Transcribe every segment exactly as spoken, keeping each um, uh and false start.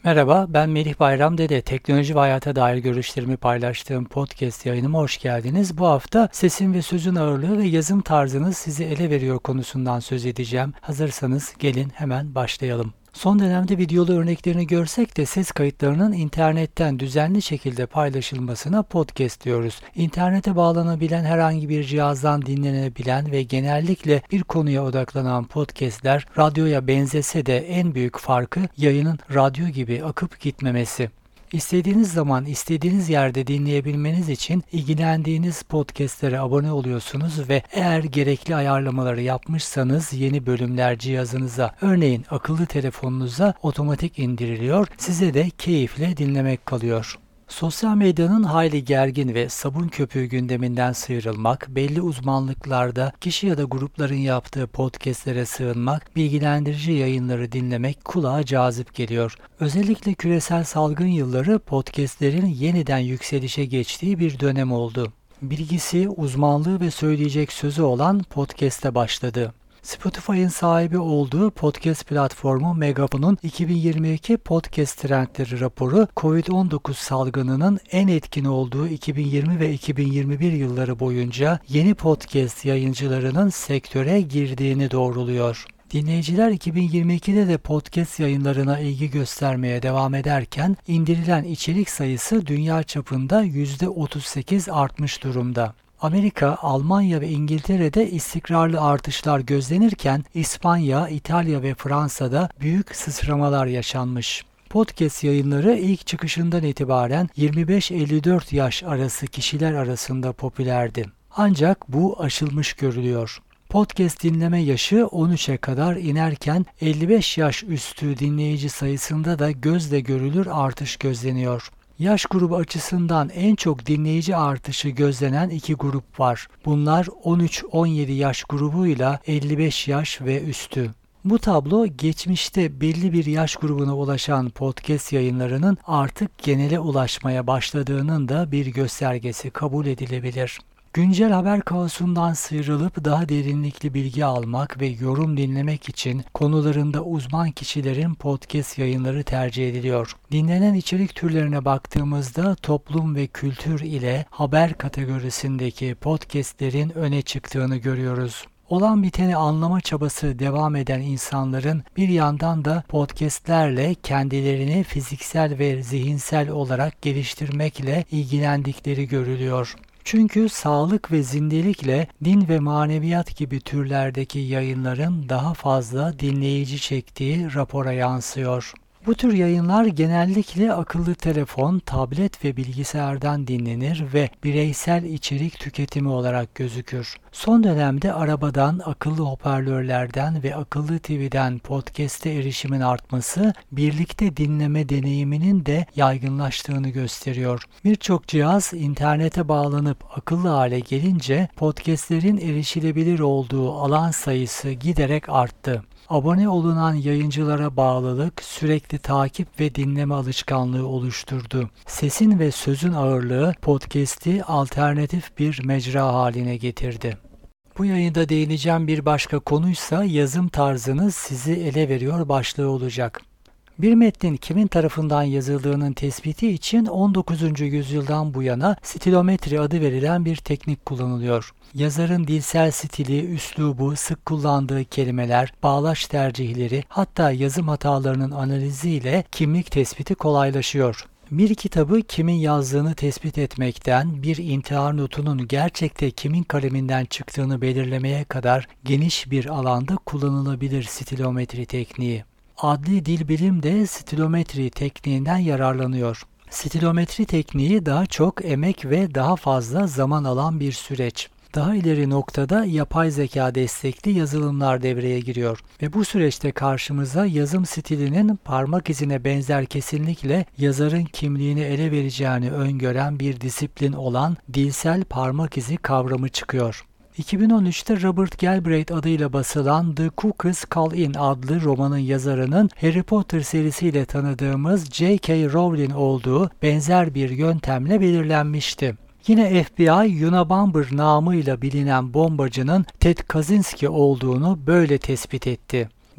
Merhaba, ben Melih Bayram Dede. Teknoloji ve hayata dair görüşlerimi paylaştığım podcast yayınıma hoş geldiniz. Bu hafta sesin ve sözün ağırlığı ve yazım tarzınız sizi ele veriyor konusundan söz edeceğim. Hazırsanız gelin hemen başlayalım. Son dönemde videolu örneklerini görsek de ses kayıtlarının internetten düzenli şekilde paylaşılmasına podcast diyoruz. İnternete bağlanabilen herhangi bir cihazdan dinlenebilen ve genellikle bir konuya odaklanan podcastler radyoya benzese de en büyük farkı yayının radyo gibi akıp gitmemesi. İstediğiniz zaman, istediğiniz yerde dinleyebilmeniz için ilgilendiğiniz podcastlere abone oluyorsunuz ve eğer gerekli ayarlamaları yapmışsanız yeni bölümler cihazınıza, örneğin akıllı telefonunuza otomatik indiriliyor, size de keyifle dinlemek kalıyor. Sosyal medyanın hayli gergin ve sabun köpüğü gündeminden sıyrılmak, belli uzmanlıklarda kişi ya da grupların yaptığı podcastlere sığınmak, bilgilendirici yayınları dinlemek kulağa cazip geliyor. Özellikle küresel salgın yılları podcastlerin yeniden yükselişe geçtiği bir dönem oldu. Bilgisi, uzmanlığı ve söyleyecek sözü olan podcast'e başladı. Spotify'ın sahibi olduğu podcast platformu Megafon'un iki bin yirmi iki Podcast Trendleri raporu, kovid on dokuz salgınının en etkin olduğu iki bin yirmi ve iki bin yirmi bir yılları boyunca yeni podcast yayıncılarının sektöre girdiğini doğruluyor. Dinleyiciler iki bin yirmi ikide de podcast yayınlarına ilgi göstermeye devam ederken indirilen içerik sayısı dünya çapında yüzde otuz sekiz artmış durumda. Amerika, Almanya ve İngiltere'de istikrarlı artışlar gözlenirken İspanya, İtalya ve Fransa'da büyük sıçramalar yaşanmış. Podcast yayınları ilk çıkışından itibaren yirmi beş elli dört yaş arası kişiler arasında popülerdi. Ancak bu aşılmış görülüyor. Podcast dinleme yaşı on üçe kadar inerken elli beş yaş üstü dinleyici sayısında da gözle görülür artış gözleniyor. Yaş grubu açısından en çok dinleyici artışı gözlenen iki grup var. Bunlar on üç on yedi yaş grubuyla elli beş yaş ve üstü. Bu tablo geçmişte belli bir yaş grubuna ulaşan podcast yayınlarının artık genele ulaşmaya başladığının da bir göstergesi kabul edilebilir. Güncel haber kaosundan sıyrılıp daha derinlikli bilgi almak ve yorum dinlemek için konularında uzman kişilerin podcast yayınları tercih ediliyor. Dinlenen içerik türlerine baktığımızda toplum ve kültür ile haber kategorisindeki podcastlerin öne çıktığını görüyoruz. Olan biteni anlama çabası devam eden insanların bir yandan da podcastlerle kendilerini fiziksel ve zihinsel olarak geliştirmekle ilgilendikleri görülüyor. Çünkü sağlık ve zindelikle din ve maneviyat gibi türlerdeki yayınların daha fazla dinleyici çektiği rapora yansıyor. Bu tür yayınlar genellikle akıllı telefon, tablet ve bilgisayardan dinlenir ve bireysel içerik tüketimi olarak gözükür. Son dönemde arabadan, akıllı hoparlörlerden ve akıllı T V'den podcast'e erişimin artması, birlikte dinleme deneyiminin de yaygınlaştığını gösteriyor. Birçok cihaz internete bağlanıp akıllı hale gelince podcast'lerin erişilebilir olduğu alan sayısı giderek arttı. Abone olunan yayıncılara bağlılık, sürekli takip ve dinleme alışkanlığı oluşturdu. Sesin ve sözün ağırlığı podcast'i alternatif bir mecra haline getirdi. Bu yayında değineceğim bir başka konuysa yazım tarzınız sizi ele veriyor başlığı olacak. Bir metnin kimin tarafından yazıldığının tespiti için on dokuzuncu yüzyıldan bu yana stilometri adı verilen bir teknik kullanılıyor. Yazarın dilsel stili, üslubu, sık kullandığı kelimeler, bağlaç tercihleri, hatta yazım hatalarının analiziyle kimlik tespiti kolaylaşıyor. Bir kitabı kimin yazdığını tespit etmekten, bir intihar notunun gerçekte kimin kaleminden çıktığını belirlemeye kadar geniş bir alanda kullanılabilir stilometri tekniği. Adli dil bilim de stilometri tekniğinden yararlanıyor. Stilometri tekniği daha çok emek ve daha fazla zaman alan bir süreç. Daha ileri noktada yapay zeka destekli yazılımlar devreye giriyor ve bu süreçte karşımıza yazım stilinin parmak izine benzer kesinlikle yazarın kimliğini ele vereceğini öngören bir disiplin olan dilsel parmak izi kavramı çıkıyor. iki bin on üçte Robert Galbraith adıyla basılan The Cuckoo's Call In adlı romanın yazarının Harry Potter serisiyle tanıdığımız J K Rowling olduğu benzer bir yöntemle belirlenmişti. Yine F B I, Unabomber namıyla bilinen bombacının Ted Kaczynski olduğunu böyle tespit etti.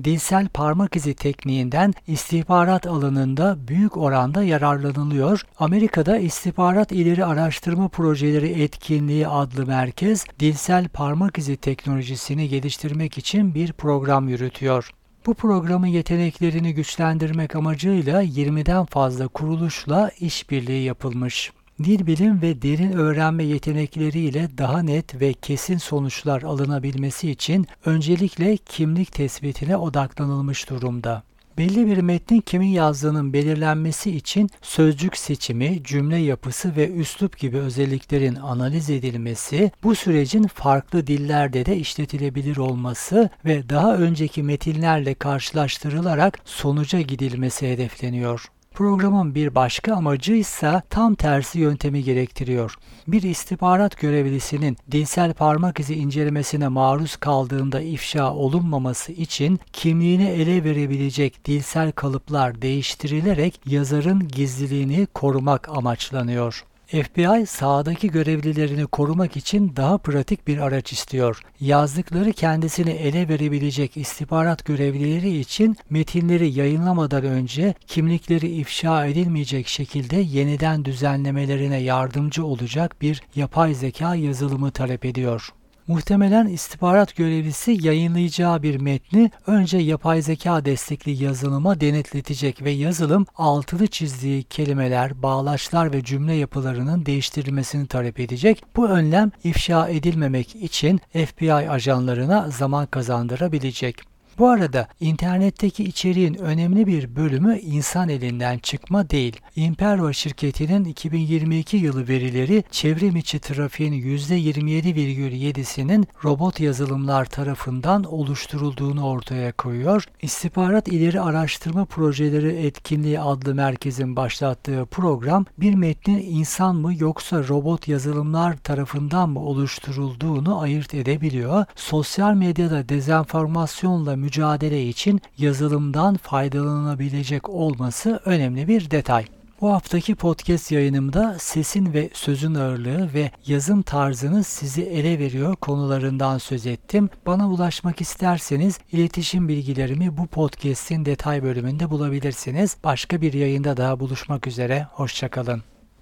dilsel parmak izi tekniğinden istihbarat alanında büyük oranda yararlanılıyor. Amerika'da İstihbarat İleri Araştırma Projeleri Etkinliği adlı merkez, dilsel parmak izi teknolojisini geliştirmek için bir program yürütüyor. Bu programın yeteneklerini güçlendirmek amacıyla yirmiden fazla kuruluşla işbirliği yapılmış. Dil bilim ve derin öğrenme yetenekleriyle daha net ve kesin sonuçlar alınabilmesi için öncelikle kimlik tespitine odaklanılmış durumda. Belli bir metnin kimin yazdığının belirlenmesi için sözcük seçimi, cümle yapısı ve üslup gibi özelliklerin analiz edilmesi, bu sürecin farklı dillerde de işletilebilir olması ve daha önceki metinlerle karşılaştırılarak sonuca gidilmesi hedefleniyor. Programın bir başka amacı ise tam tersi yöntemi gerektiriyor. Bir istihbarat görevlisinin dilsel parmak izi incelemesine maruz kaldığında ifşa olunmaması için kimliğini ele verebilecek dilsel kalıplar değiştirilerek yazarın gizliliğini korumak amaçlanıyor. F B I sahadaki görevlilerini korumak için daha pratik bir araç istiyor. Yazdıkları kendisini ele verebilecek istihbarat görevlileri için metinleri yayınlamadan önce kimlikleri ifşa edilmeyecek şekilde yeniden düzenlemelerine yardımcı olacak bir yapay zeka yazılımı talep ediyor. Muhtemelen istihbarat görevlisi yayınlayacağı bir metni önce yapay zeka destekli yazılıma denetletecek ve yazılım altını çizdiği kelimeler, bağlaçlar ve cümle yapılarının değiştirilmesini talep edecek. Bu önlem ifşa edilmemek için F B I ajanlarına zaman kazandırabilecek. Bu arada internetteki içeriğin önemli bir bölümü insan elinden çıkma değil. Imperva şirketinin iki bin yirmi iki yılı verileri çevrim içi trafiğin yüzde yirmi yedi virgül yedisinin robot yazılımlar tarafından oluşturulduğunu ortaya koyuyor. İstihbarat İleri Araştırma Projeleri Etkinliği adlı merkezin başlattığı program bir metnin insan mı yoksa robot yazılımlar tarafından mı oluşturulduğunu ayırt edebiliyor. Sosyal medyada dezenformasyonla mücadele için yazılımdan faydalanabilecek olması önemli bir detay. Bu haftaki podcast yayınımda sesin ve sözün ağırlığı ve yazım tarzınız sizi ele veriyor konularından söz ettim. Bana ulaşmak isterseniz iletişim bilgilerimi bu podcast'in detay bölümünde bulabilirsiniz. Başka bir yayında daha buluşmak üzere, hoşça kalın.